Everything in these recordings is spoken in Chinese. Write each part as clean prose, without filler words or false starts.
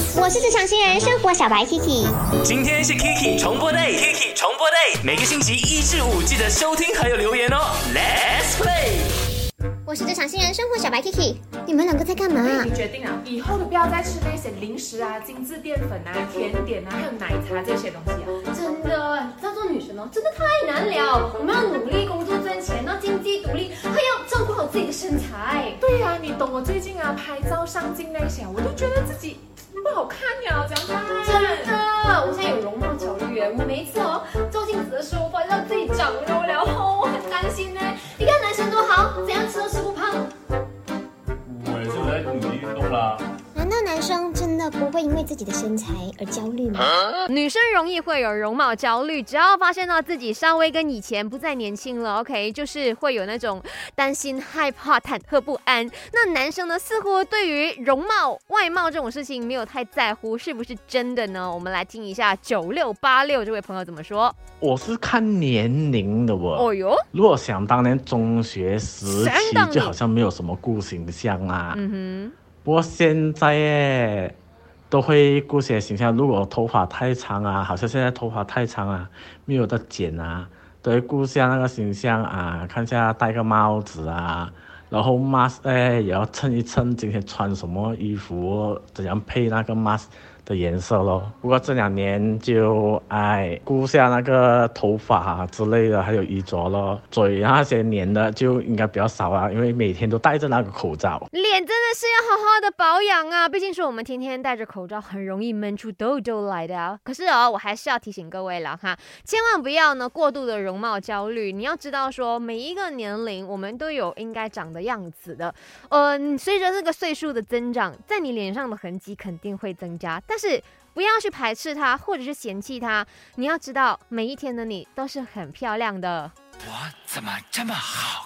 我是职场新人生活小白 Kiki。 今天是 Kiki 重播 day，Kiki 重播 day， 每个星期1至5记得收听还有留言哦。Let's play。 我是职场新人生活小白 Kiki。你们两个在干嘛？ 你决定了，以后都不要再吃那些零食啊、精致淀粉啊、甜点啊，还有奶茶这些东西啊。 真的，要做女生哦，真的太难了。我们要努力工作赚钱，要经济独立，还要照顾好自己的身材。 对呀、你懂我最近啊拍照上镜那些，我都觉得自己不好看呀，这样子。 真的，我现在有容貌焦虑耶。我每一次哦照镜子的时候，我发现自己长肉了，我很担心呢。你看男生多好，怎样吃都吃不胖。 我也是在努力运动啦。 难道男生真的不会因为自己的身材而焦虑吗？ 女生容易会有容貌焦虑，只要发现到自己稍微跟以前不再年轻了 ，OK， 就是会有那种担心、害怕、忐忑不安。那男生呢，似乎对于容貌、外貌这种事情没有太在乎，是不是真的呢？我们来听一下9686这位朋友怎么说。 我是看年龄的哦哟， 如果想当年中学时期想当年就好像没有什么顾形象啊。不过现在耶都会顾些形象，如果头发太长啊，好像现在头发太长啊，没有得剪啊，都会顾下那个形象啊，看下戴个帽子啊，然后 mask 也要称一称今天穿什么衣服，怎样配那个 mask 的颜色咯。不过这2年就顾下那个头发之类的，还有衣着咯。嘴那些黏的就应该比较少啊，因为每天都戴着那个口罩。 脸真的是要好好的保养啊，毕竟说我们天天戴着口罩，很容易闷出痘痘来的啊。可是我还是要提醒各位了哈，千万不要呢过度的容貌焦虑。你要知道说，每一个年龄我们都有应该长的样子的。随着这个岁数的增长，在你脸上的痕迹肯定会增加，但是不要去排斥它，或者是嫌弃它。你要知道，每一天的你都是很漂亮的。 我怎么这么好？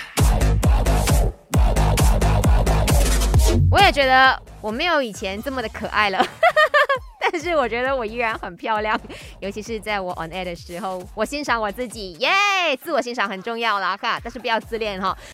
我也觉得我没有以前这么的可爱了但是我觉得我依然很漂亮，尤其是在我 on air 的时候，我欣赏我自己，耶！自我欣赏很重要啦，但是不要自恋哈。